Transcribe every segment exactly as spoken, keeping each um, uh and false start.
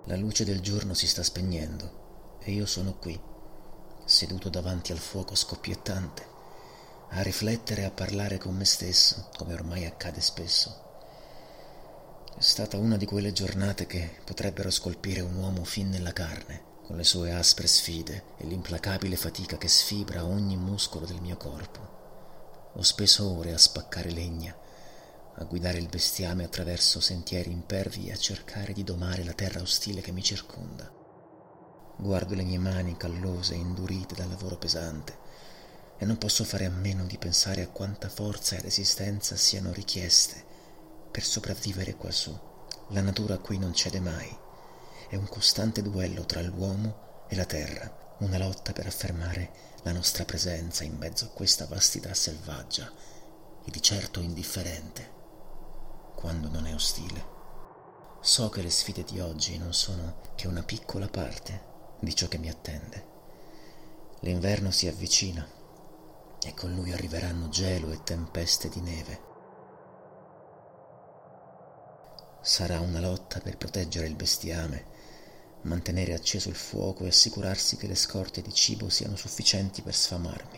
La luce del giorno si sta spegnendo e io sono qui, seduto davanti al fuoco scoppiettante, a riflettere e a parlare con me stesso, come ormai accade spesso. È stata una di quelle giornate che potrebbero scolpire un uomo fin nella carne, con le sue aspre sfide e l'implacabile fatica che sfibra ogni muscolo del mio corpo. Ho speso ore a spaccare legna, a guidare il bestiame attraverso sentieri impervi e a cercare di domare la terra ostile che mi circonda. Guardo le mie mani callose e indurite dal lavoro pesante e non posso fare a meno di pensare a quanta forza e resistenza siano richieste per sopravvivere quassù. La natura qui non cede mai. È un costante duello tra l'uomo e la terra, una lotta per affermare la nostra presenza in mezzo a questa vastità selvaggia e di certo indifferente, quando non è ostile. So che le sfide di oggi non sono che una piccola parte di ciò che mi attende. L'inverno si avvicina e con lui arriveranno gelo e tempeste di neve. Sarà una lotta per proteggere il bestiame, mantenere acceso il fuoco e assicurarsi che le scorte di cibo siano sufficienti per sfamarmi.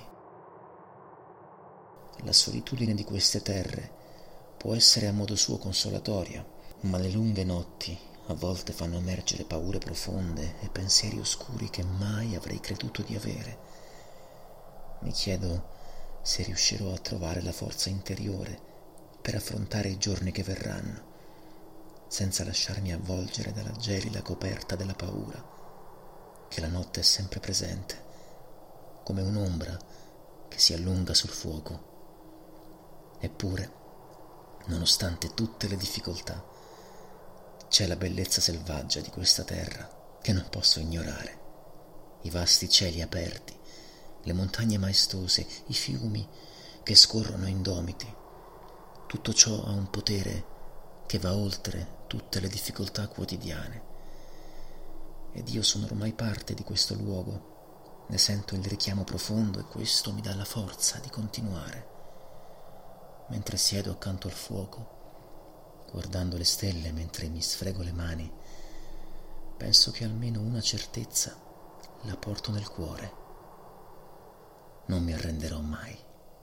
La solitudine di queste terre può essere a modo suo consolatoria, ma le lunghe notti a volte fanno emergere paure profonde e pensieri oscuri che mai avrei creduto di avere. Mi chiedo se riuscirò a trovare la forza interiore per affrontare i giorni che verranno, senza lasciarmi avvolgere dalla gelida coperta della paura, che la notte è sempre presente, come un'ombra che si allunga sul fuoco. Eppure, nonostante tutte le difficoltà, c'è la bellezza selvaggia di questa terra che non posso ignorare. I vasti cieli aperti, le montagne maestose, i fiumi che scorrono indomiti. Tutto ciò ha un potere che va oltre tutte le difficoltà quotidiane. Ed io sono ormai parte di questo luogo, ne sento il richiamo profondo e questo mi dà la forza di continuare. Mentre siedo accanto al fuoco, guardando le stelle mentre mi sfrego le mani, penso che almeno una certezza la porto nel cuore. Non mi arrenderò mai.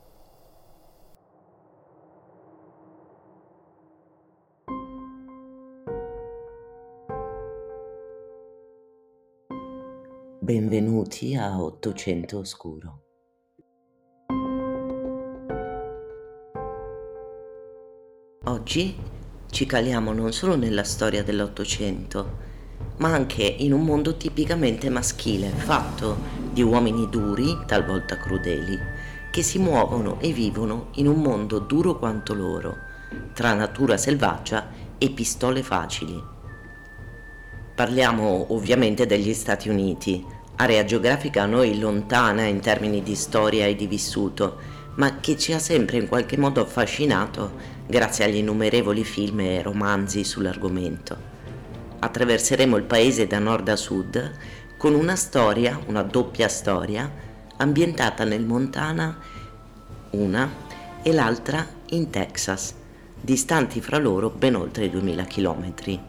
Benvenuti a Ottocento Oscuro. Oggi ci caliamo non solo nella storia dell'Ottocento, ma anche in un mondo tipicamente maschile, fatto di uomini duri, talvolta crudeli, che si muovono e vivono in un mondo duro quanto loro, tra natura selvaggia e pistole facili. Parliamo ovviamente degli Stati Uniti, area geografica a noi lontana in termini di storia e di vissuto, ma che ci ha sempre in qualche modo affascinato grazie agli innumerevoli film e romanzi sull'argomento. Attraverseremo il paese da nord a sud con una storia, una doppia storia, ambientata nel Montana, una, e l'altra in Texas, distanti fra loro ben oltre i duemila chilometri.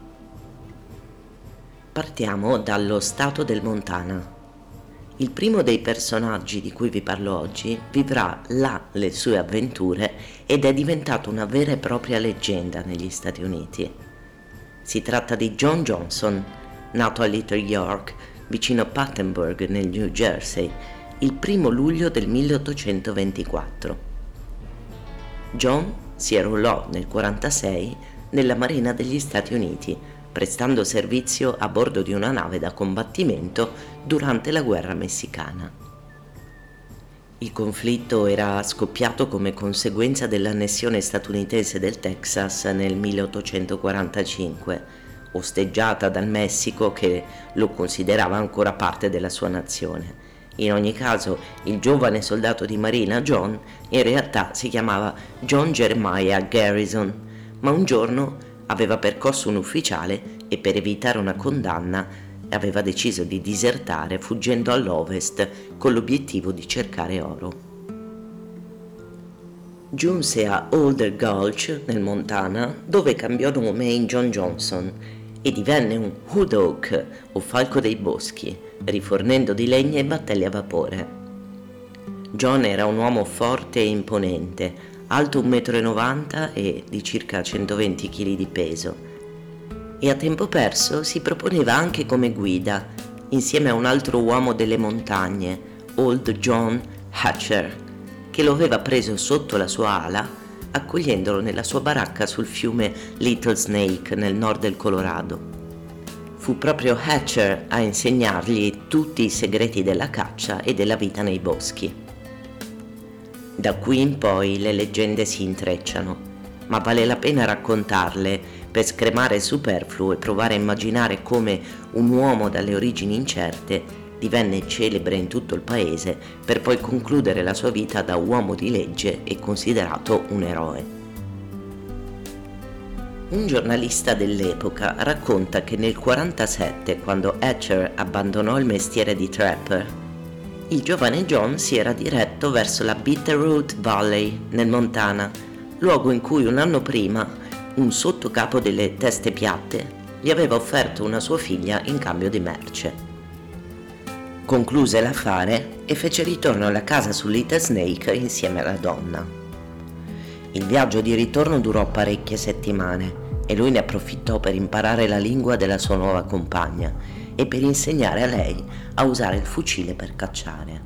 Partiamo dallo stato del Montana. Il primo dei personaggi di cui vi parlo oggi vivrà là le sue avventure ed è diventato una vera e propria leggenda negli Stati Uniti. Si tratta di John Johnson, nato a Little York, vicino Patenburg nel New Jersey, il primo luglio del milleottocentoventiquattro. John si arruolò nel quarantasei nella Marina degli Stati Uniti, prestando servizio a bordo di una nave da combattimento durante la guerra messicana. Il conflitto era scoppiato come conseguenza dell'annessione statunitense del Texas nel milleottocentoquarantacinque, osteggiata dal Messico che lo considerava ancora parte della sua nazione. In ogni caso, il giovane soldato di marina John in realtà si chiamava John Jeremiah Garrison, ma un giorno aveva percosso un ufficiale e per evitare una condanna aveva deciso di disertare fuggendo all'ovest con l'obiettivo di cercare oro. Giunse a Alder Gulch nel Montana, dove cambiò nome in John Johnson e divenne un Wood Oak o falco dei boschi, rifornendo di legna e battelli a vapore. John era un uomo forte e imponente, alto un metro e novanta e di circa centoventi chili di peso, e a tempo perso si proponeva anche come guida, insieme a un altro uomo delle montagne, Old John Hatcher, che lo aveva preso sotto la sua ala, accogliendolo nella sua baracca sul fiume Little Snake nel nord del Colorado. Fu proprio Hatcher a insegnargli tutti i segreti della caccia e della vita nei boschi. Da qui in poi le leggende si intrecciano, ma vale la pena raccontarle per scremare il superfluo e provare a immaginare come un uomo dalle origini incerte divenne celebre in tutto il paese per poi concludere la sua vita da uomo di legge e considerato un eroe. Un giornalista dell'epoca racconta che nel quarantasette, quando Hatcher abbandonò il mestiere di trapper, il giovane John si era diretto verso la Bitterroot Valley nel Montana, luogo in cui un anno prima un sottocapo delle teste piatte gli aveva offerto una sua figlia in cambio di merce. Concluse l'affare e fece ritorno alla casa su Little Snake insieme alla donna. Il viaggio di ritorno durò parecchie settimane e lui ne approfittò per imparare la lingua della sua nuova compagna e per insegnare a lei a usare il fucile per cacciare.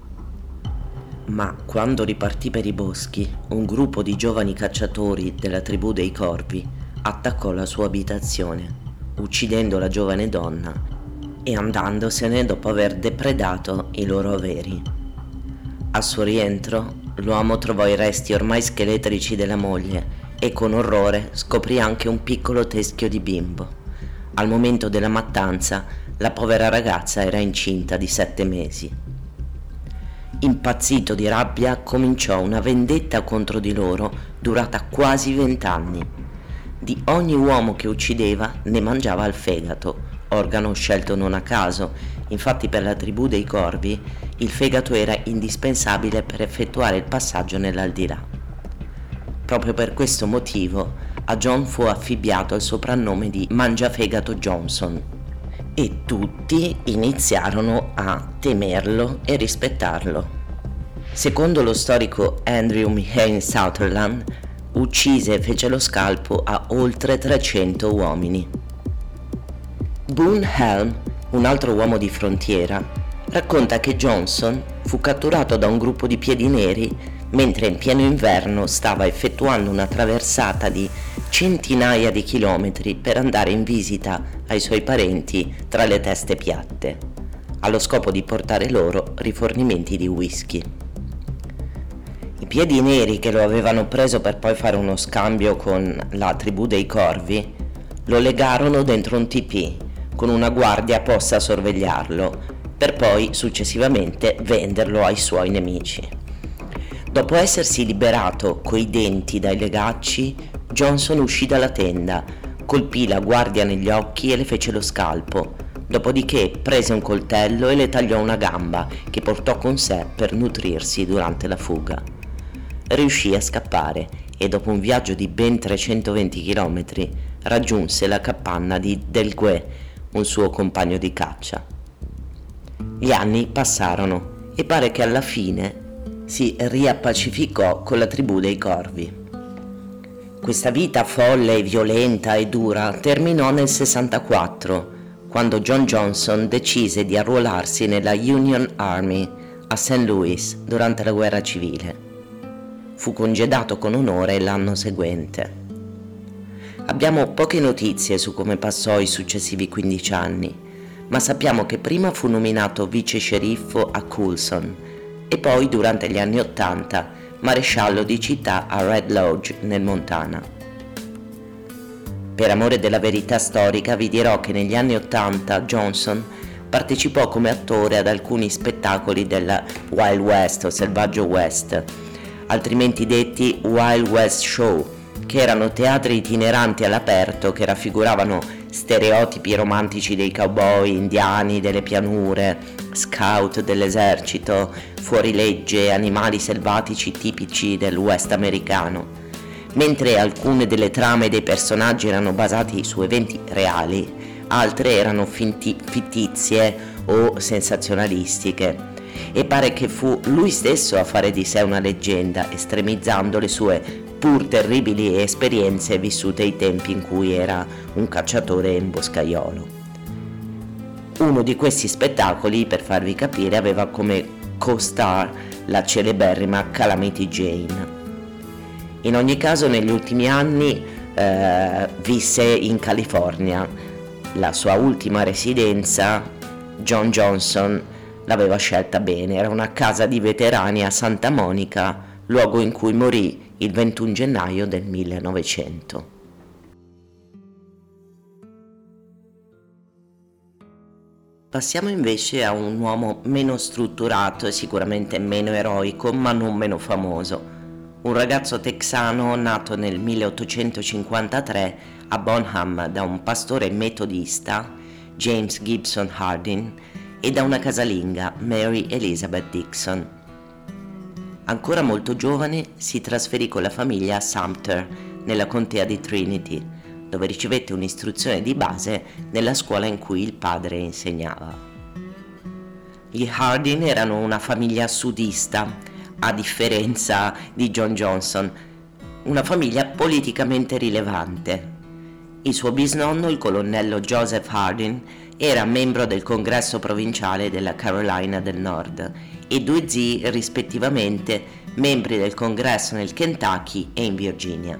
Ma quando ripartì per i boschi, un gruppo di giovani cacciatori della tribù dei Corvi attaccò la sua abitazione, uccidendo la giovane donna e andandosene dopo aver depredato i loro averi. Al suo rientro, l'uomo trovò i resti ormai scheletrici della moglie e con orrore scoprì anche un piccolo teschio di bimbo. Al momento della mattanza, la povera ragazza era incinta di sette mesi. Impazzito di rabbia, cominciò una vendetta contro di loro durata quasi vent'anni. Di ogni uomo che uccideva ne mangiava il fegato, organo scelto non a caso, infatti per la tribù dei Corvi il fegato era indispensabile per effettuare il passaggio nell'aldilà. Proprio per questo motivo a John fu affibbiato il soprannome di Mangiafegato Johnson e tutti iniziarono a temerlo e rispettarlo. Secondo lo storico Andrew Mahane Sutherland, uccise e fece lo scalpo a oltre trecento uomini. Boone Helm, un altro uomo di frontiera, racconta che Johnson fu catturato da un gruppo di piedi neri mentre in pieno inverno stava effettuando una traversata di centinaia di chilometri per andare in visita ai suoi parenti tra le teste piatte, allo scopo di portare loro rifornimenti di whisky. I piedi neri che lo avevano preso per poi fare uno scambio con la tribù dei Corvi lo legarono dentro un tipì con una guardia posta a sorvegliarlo, per poi successivamente venderlo ai suoi nemici. Dopo essersi liberato coi denti dai legacci, Johnson uscì dalla tenda, colpì la guardia negli occhi e le fece lo scalpo, dopodiché prese un coltello e le tagliò una gamba che portò con sé per nutrirsi durante la fuga. Riuscì a scappare e dopo un viaggio di ben trecentoventi chilometri raggiunse la capanna di Delgue, un suo compagno di caccia. Gli anni passarono e pare che alla fine si riappacificò con la tribù dei Corvi. Questa vita folle, violenta e dura terminò nel sessantaquattro, quando John Johnson decise di arruolarsi nella Union Army a Saint Louis durante la guerra civile. Fu congedato con onore l'anno seguente. Abbiamo poche notizie su come passò i successivi quindici anni, ma sappiamo che prima fu nominato vice sceriffo a Coulson e poi, durante gli anni Ottanta, maresciallo di città a Red Lodge, nel Montana. Per amore della verità storica vi dirò che negli anni Ottanta Johnson partecipò come attore ad alcuni spettacoli della Wild West o Selvaggio West, altrimenti detti Wild West Show, che erano teatri itineranti all'aperto che raffiguravano stereotipi romantici dei cowboy, indiani delle pianure, scout dell'esercito, fuorilegge e animali selvatici tipici del West americano. Mentre alcune delle trame dei personaggi erano basati su eventi reali, altre erano finti- fittizie o sensazionalistiche, e pare che fu lui stesso a fare di sé una leggenda, estremizzando le sue pur terribili esperienze vissute ai tempi in cui era un cacciatore in boscaiolo. Uno di questi spettacoli, per farvi capire, aveva come co-star la celeberrima Calamity Jane. In ogni caso, negli ultimi anni eh, visse in California. La sua ultima residenza, John Johnson l'aveva scelta bene, era una casa di veterani a Santa Monica, luogo in cui morì il ventuno gennaio del millenovecento. Passiamo invece a un uomo meno strutturato e sicuramente meno eroico, ma non meno famoso. Un ragazzo texano nato nel milleottocentocinquantatré a Bonham da un pastore metodista, James Gibson Hardin, e da una casalinga, Mary Elizabeth Dixon. Ancora molto giovane si trasferì con la famiglia a Sumter, nella contea di Trinity, dove ricevette un'istruzione di base nella scuola in cui il padre insegnava. Gli Hardin erano una famiglia sudista, a differenza di John Johnson, una famiglia politicamente rilevante. Il suo bisnonno, il colonnello Joseph Hardin, era membro del congresso provinciale della Carolina del Nord e due zii rispettivamente membri del congresso nel Kentucky e in Virginia.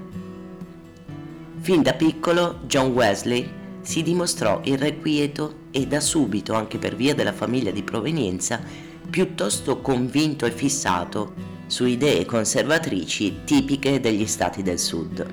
Fin da piccolo John Wesley si dimostrò irrequieto e da subito, anche per via della famiglia di provenienza, piuttosto convinto e fissato su idee conservatrici tipiche degli stati del sud.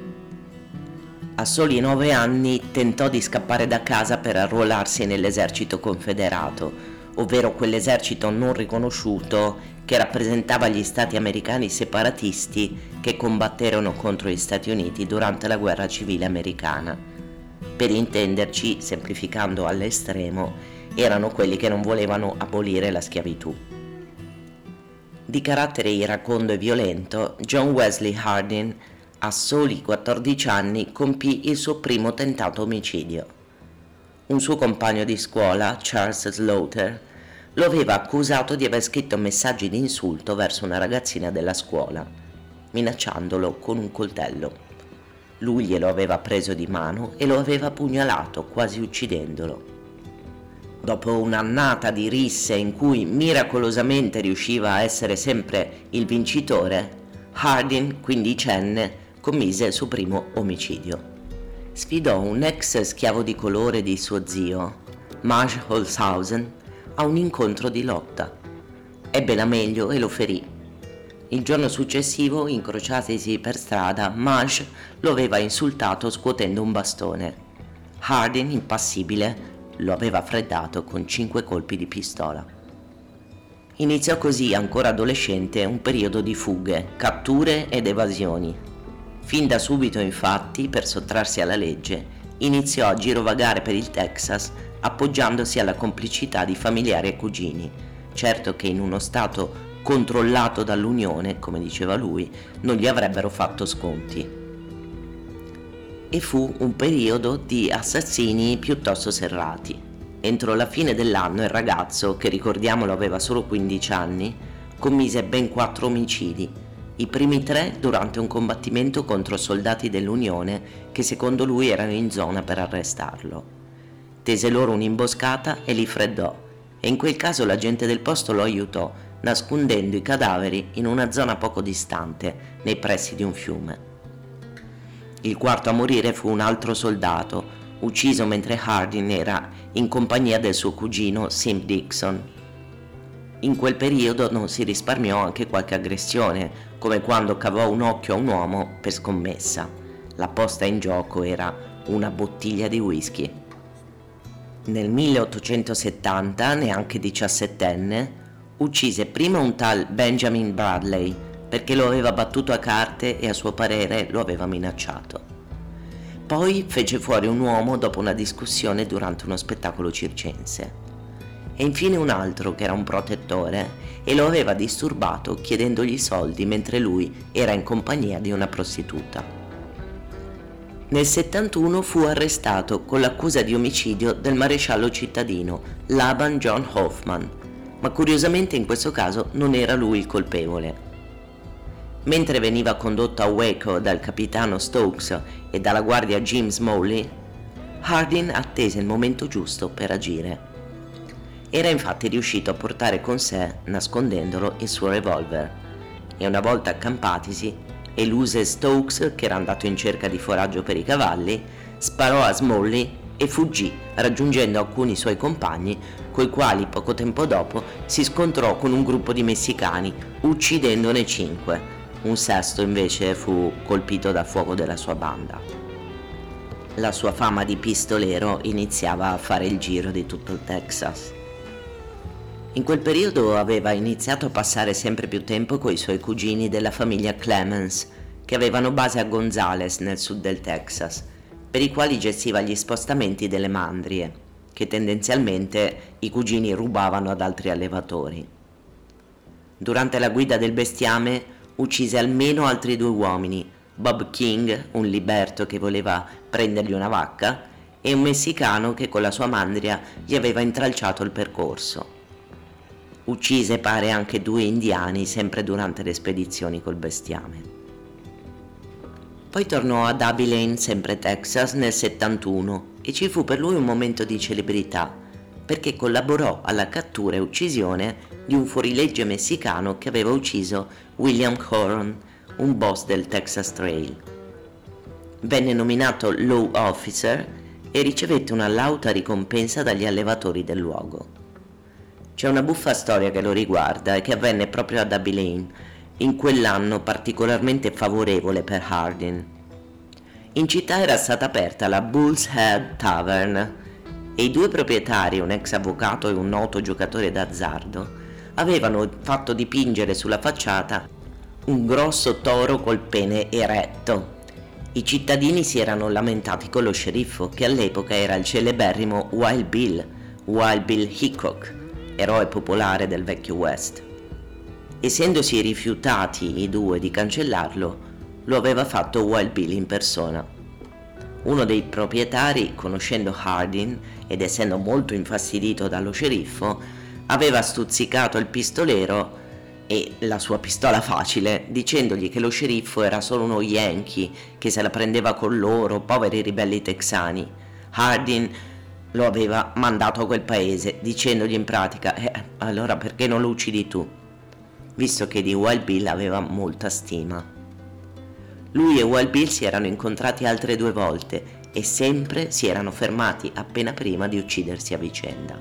A soli nove anni tentò di scappare da casa per arruolarsi nell'esercito confederato, ovvero quell'esercito non riconosciuto che rappresentava gli stati americani separatisti che combatterono contro gli Stati Uniti durante la guerra civile americana. Per intenderci, semplificando all'estremo, erano quelli che non volevano abolire la schiavitù. Di carattere iracondo e violento, John Wesley Hardin a soli quattordici anni compì il suo primo tentato omicidio. Un suo compagno di scuola, Charles Slaughter, lo aveva accusato di aver scritto messaggi di insulto verso una ragazzina della scuola, minacciandolo con un coltello. Lui glielo aveva preso di mano e lo aveva pugnalato, quasi uccidendolo. Dopo un'annata di risse in cui miracolosamente riusciva a essere sempre il vincitore, Hardin, quindicenne, commise il suo primo omicidio. Sfidò un ex schiavo di colore di suo zio, Marge Holzhausen, a un incontro di lotta. Ebbe la meglio e lo ferì. Il giorno successivo, incrociatisi per strada, Marge lo aveva insultato scuotendo un bastone. Hardin, impassibile, lo aveva freddato con cinque colpi di pistola. Iniziò così, ancora adolescente, un periodo di fughe, catture ed evasioni. Fin da subito, infatti, per sottrarsi alla legge, iniziò a girovagare per il Texas appoggiandosi alla complicità di familiari e cugini, certo che in uno stato controllato dall'Unione, come diceva lui, non gli avrebbero fatto sconti. E fu un periodo di assassini piuttosto serrati. Entro la fine dell'anno il ragazzo, che ricordiamolo aveva solo quindici anni, commise ben quattro omicidi, i primi tre durante un combattimento contro soldati dell'Unione che secondo lui erano in zona per arrestarlo. Tese loro un'imboscata e li freddò, e in quel caso la gente del posto lo aiutò, nascondendo i cadaveri in una zona poco distante, nei pressi di un fiume. Il quarto a morire fu un altro soldato, ucciso mentre Hardin era in compagnia del suo cugino Sim Dixon. In quel periodo non si risparmiò anche qualche aggressione, come quando cavò un occhio a un uomo per scommessa. La posta in gioco era una bottiglia di whisky. Nel milleottocentosettanta, neanche diciassettenne, uccise prima un tal Benjamin Bradley perché lo aveva battuto a carte e a suo parere lo aveva minacciato. Poi fece fuori un uomo dopo una discussione durante uno spettacolo circense. E infine un altro che era un protettore e lo aveva disturbato chiedendogli soldi mentre lui era in compagnia di una prostituta. Nel settantuno fu arrestato con l'accusa di omicidio del maresciallo cittadino Laban John Hoffman, ma curiosamente in questo caso non era lui il colpevole. Mentre veniva condotto a Waco dal capitano Stokes e dalla guardia Jim Smalley, Hardin attese il momento giusto per agire. Era infatti riuscito a portare con sé, nascondendolo, il suo revolver, e una volta accampatisi, eluse Stokes, che era andato in cerca di foraggio per i cavalli, sparò a Smalley e fuggì, raggiungendo alcuni suoi compagni, coi quali poco tempo dopo si scontrò con un gruppo di messicani, uccidendone cinque. Un sesto invece fu colpito dal fuoco della sua banda. La sua fama di pistolero iniziava a fare il giro di tutto il Texas. In quel periodo aveva iniziato a passare sempre più tempo coi suoi cugini della famiglia Clemens, che avevano base a Gonzales nel sud del Texas, per i quali gestiva gli spostamenti delle mandrie, che tendenzialmente i cugini rubavano ad altri allevatori. Durante la guida del bestiame uccise almeno altri due uomini, Bob King, un liberto che voleva prendergli una vacca, e un messicano che con la sua mandria gli aveva intralciato il percorso. Uccise pare anche due indiani sempre durante le spedizioni col bestiame. Poi tornò ad Abilene, sempre Texas, nel settantuno e ci fu per lui un momento di celebrità, perché collaborò alla cattura e uccisione di un fuorilegge messicano che aveva ucciso William Horan, un boss del Texas Trail. Venne nominato Law Officer e ricevette una lauta ricompensa dagli allevatori del luogo. C'è una buffa storia che lo riguarda e che avvenne proprio ad Abilene, in quell'anno particolarmente favorevole per Hardin. In città era stata aperta la Bull's Head Tavern e i due proprietari, un ex avvocato e un noto giocatore d'azzardo, avevano fatto dipingere sulla facciata un grosso toro col pene eretto. I cittadini si erano lamentati con lo sceriffo, che all'epoca era il celeberrimo Wild Bill, Wild Bill Hickok, eroe popolare del vecchio West. Essendosi rifiutati i due di cancellarlo, lo aveva fatto Wild Bill in persona. Uno dei proprietari, conoscendo Hardin ed essendo molto infastidito dallo sceriffo, aveva stuzzicato il pistolero e la sua pistola facile, dicendogli che lo sceriffo era solo uno yankee che se la prendeva con loro, poveri ribelli texani. Hardin lo aveva mandato a quel paese, dicendogli in pratica: eh, allora perché non lo uccidi tu? Visto che di Wild Bill aveva molta stima. Lui e Wild Bill si erano incontrati altre due volte e sempre si erano fermati appena prima di uccidersi a vicenda.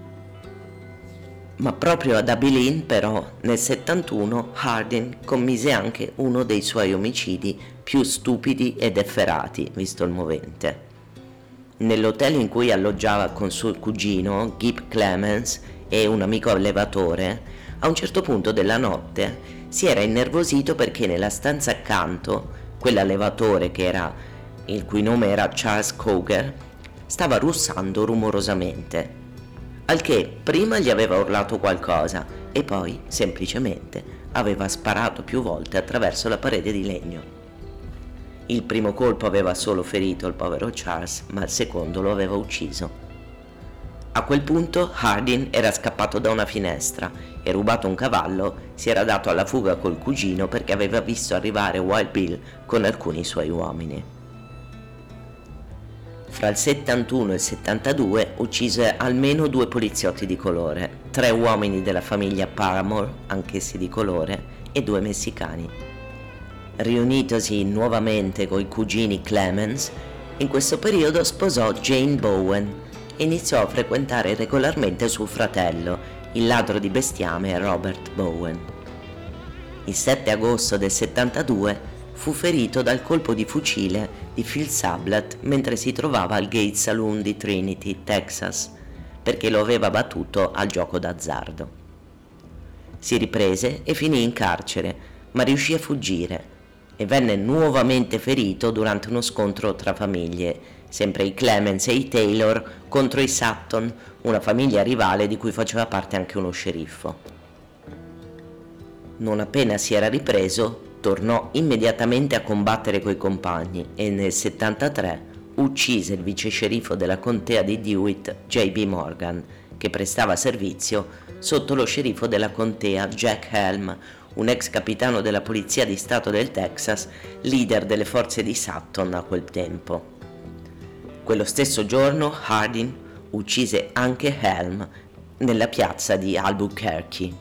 Ma proprio ad Abilene, però, nel settantuno, Hardin commise anche uno dei suoi omicidi più stupidi ed efferati, visto il movente. Nell'hotel in cui alloggiava con suo cugino, Gib Clemens, e un amico allevatore, a un certo punto della notte si era innervosito perché nella stanza accanto, quell'allevatore che era, il cui nome era Charles Coger, stava russando rumorosamente, al che prima gli aveva urlato qualcosa e poi, semplicemente, aveva sparato più volte attraverso la parete di legno. Il primo colpo aveva solo ferito il povero Charles, ma il secondo lo aveva ucciso. A quel punto Hardin era scappato da una finestra e, rubato un cavallo, si era dato alla fuga col cugino perché aveva visto arrivare Wild Bill con alcuni suoi uomini. Fra il settantuno e il settantadue uccise almeno due poliziotti di colore, tre uomini della famiglia Paramore, anch'essi di colore, e due messicani. Riunitosi nuovamente coi cugini Clemens, in questo periodo sposò Jane Bowen e iniziò a frequentare regolarmente suo fratello, il ladro di bestiame Robert Bowen. Il sette agosto del settantadue fu ferito dal colpo di fucile di Phil Sablat mentre si trovava al Gate Saloon di Trinity, Texas, perché lo aveva battuto al gioco d'azzardo. Si riprese e finì in carcere, ma riuscì a fuggire e venne nuovamente ferito durante uno scontro tra famiglie, sempre i Clemens e i Taylor contro i Sutton, una famiglia rivale di cui faceva parte anche uno sceriffo. Non appena si era ripreso, tornò immediatamente a combattere coi compagni e nel settantatré uccise il vice sceriffo della contea di Dewitt, J B Morgan, che prestava servizio sotto lo sceriffo della contea Jack Helm, un ex capitano della polizia di Stato del Texas, leader delle forze di Sutton a quel tempo. Quello stesso giorno Hardin uccise anche Helm nella piazza di Albuquerque.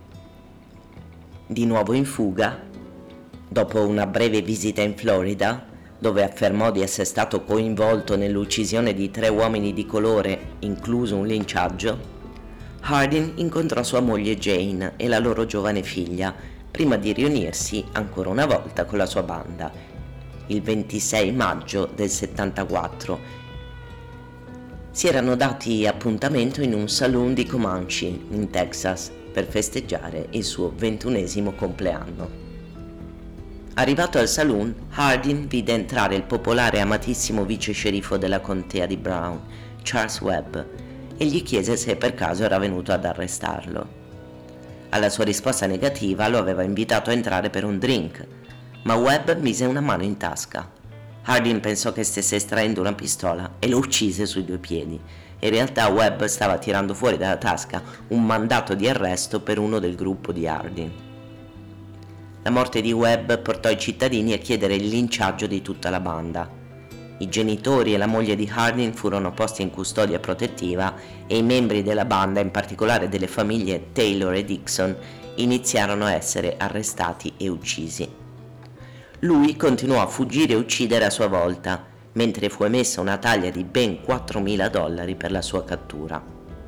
Di nuovo in fuga, dopo una breve visita in Florida, dove affermò di essere stato coinvolto nell'uccisione di tre uomini di colore, incluso un linciaggio, Hardin incontrò sua moglie Jane e la loro giovane figlia, prima di riunirsi ancora una volta con la sua banda, il ventisei maggio del settantaquattro. Si erano dati appuntamento in un saloon di Comanche, in Texas, per festeggiare il suo ventunesimo compleanno. Arrivato al saloon, Hardin vide entrare il popolare e amatissimo vice sceriffo della contea di Brown, Charles Webb, e gli chiese se per caso era venuto ad arrestarlo. Alla sua risposta negativa lo aveva invitato a entrare per un drink, ma Webb mise una mano in tasca. Hardin pensò che stesse estraendo una pistola e lo uccise sui due piedi. In realtà Webb stava tirando fuori dalla tasca un mandato di arresto per uno del gruppo di Hardin. La morte di Webb portò i cittadini a chiedere il linciaggio di tutta la banda. I genitori e la moglie di Hardin furono posti in custodia protettiva e i membri della banda, in particolare delle famiglie Taylor e Dixon, iniziarono a essere arrestati e uccisi. Lui continuò a fuggire e uccidere a sua volta, mentre fu emessa una taglia di ben quattromila dollari per la sua cattura.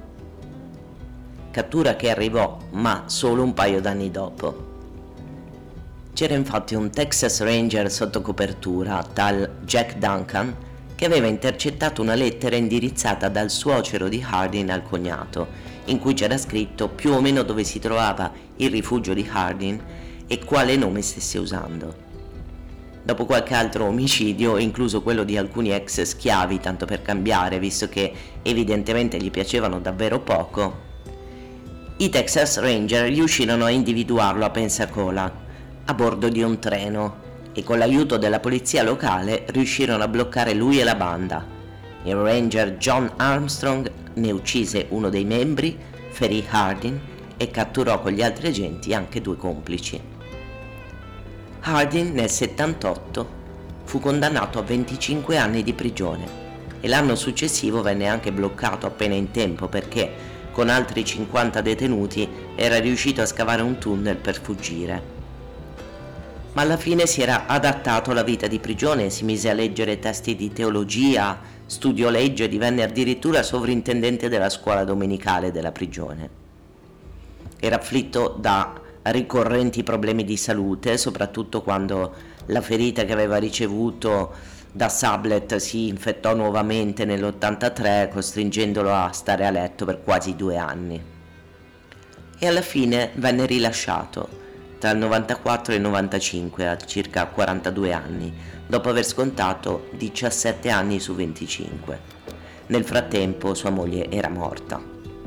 Cattura che arrivò, ma solo un paio d'anni dopo. C'era infatti un Texas Ranger sotto copertura, tal Jack Duncan, che aveva intercettato una lettera indirizzata dal suocero di Hardin al cognato, in cui c'era scritto più o meno dove si trovava il rifugio di Hardin e quale nome stesse usando. Dopo qualche altro omicidio, incluso quello di alcuni ex schiavi, tanto per cambiare, visto che evidentemente gli piacevano davvero poco, i Texas Ranger riuscirono a individuarlo a Pensacola, a bordo di un treno, e con l'aiuto della polizia locale riuscirono a bloccare lui e la banda. Il ranger John Armstrong ne uccise uno dei membri, ferì Hardin e catturò con gli altri agenti anche due complici. Hardin nel settantotto fu condannato a venticinque anni di prigione e l'anno successivo venne anche bloccato appena in tempo perché, con altri cinquanta detenuti, era riuscito a scavare un tunnel per fuggire. Ma alla fine si era adattato alla vita di prigione, si mise a leggere testi di teologia, studiò legge e divenne addirittura sovrintendente della scuola domenicale della prigione. Era afflitto da ricorrenti problemi di salute, soprattutto quando la ferita che aveva ricevuto da Sublette si infettò nuovamente nell'ottantatré, costringendolo a stare a letto per quasi due anni. E alla fine venne rilasciato tra il novantaquattro e il novantacinque, a circa quarantadue anni, dopo aver scontato diciassette anni su venticinque. Nel frattempo sua moglie era morta.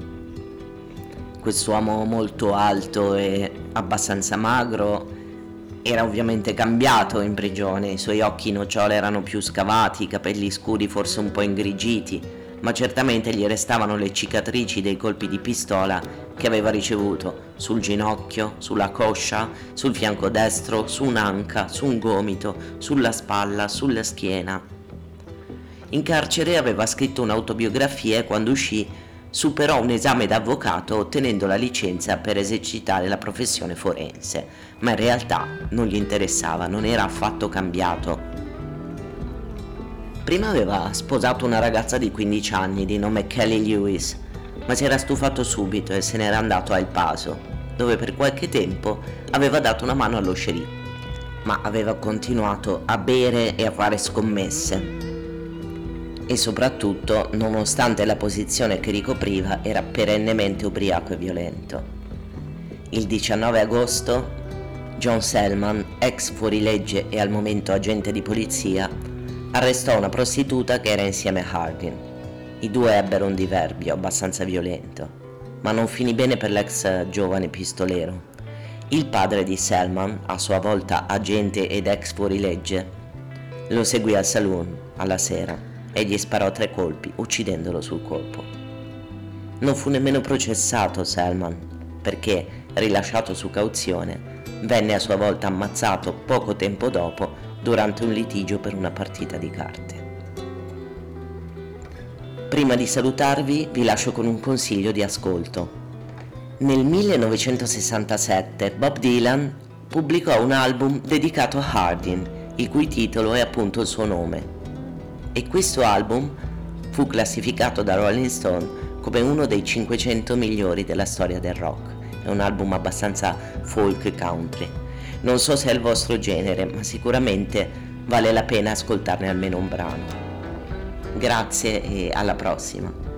Quest'uomo molto alto e abbastanza magro era ovviamente cambiato in prigione, i suoi occhi nocciole erano più scavati, i capelli scuri forse un po' ingrigiti, ma certamente gli restavano le cicatrici dei colpi di pistola che aveva ricevuto sul ginocchio, sulla coscia, sul fianco destro, su un'anca, su un gomito, sulla spalla, sulla schiena. In carcere aveva scritto un'autobiografia e quando uscì superò un esame da avvocato ottenendo la licenza per esercitare la professione forense, ma in realtà non gli interessava, non era affatto cambiato. Prima aveva sposato una ragazza di quindici anni di nome Kelly Lewis, ma si era stufato subito e se n'era andato a El Paso, dove per qualche tempo aveva dato una mano allo sceriffo, ma aveva continuato a bere e a fare scommesse. E soprattutto, nonostante la posizione che ricopriva, era perennemente ubriaco e violento. Il diciannove agosto, John Selman, ex fuorilegge e al momento agente di polizia, arrestò una prostituta che era insieme a Hardin. I due ebbero un diverbio abbastanza violento, ma non finì bene per l'ex giovane pistolero. Il padre di Selman, a sua volta agente ed ex fuorilegge, lo seguì al saloon alla sera e gli sparò tre colpi, uccidendolo sul colpo. Non fu nemmeno processato Selman, perché, rilasciato su cauzione, venne a sua volta ammazzato poco tempo dopo durante un litigio per una partita di carte. Prima di salutarvi vi lascio con un consiglio di ascolto. Nel millenovecentosessantasette Bob Dylan pubblicò un album dedicato a Hardin, il cui titolo è appunto il suo nome. E questo album fu classificato da Rolling Stone come uno dei cinquecento migliori della storia del rock. È un album abbastanza folk country. Non so se è il vostro genere, ma sicuramente vale la pena ascoltarne almeno un brano. Grazie e alla prossima.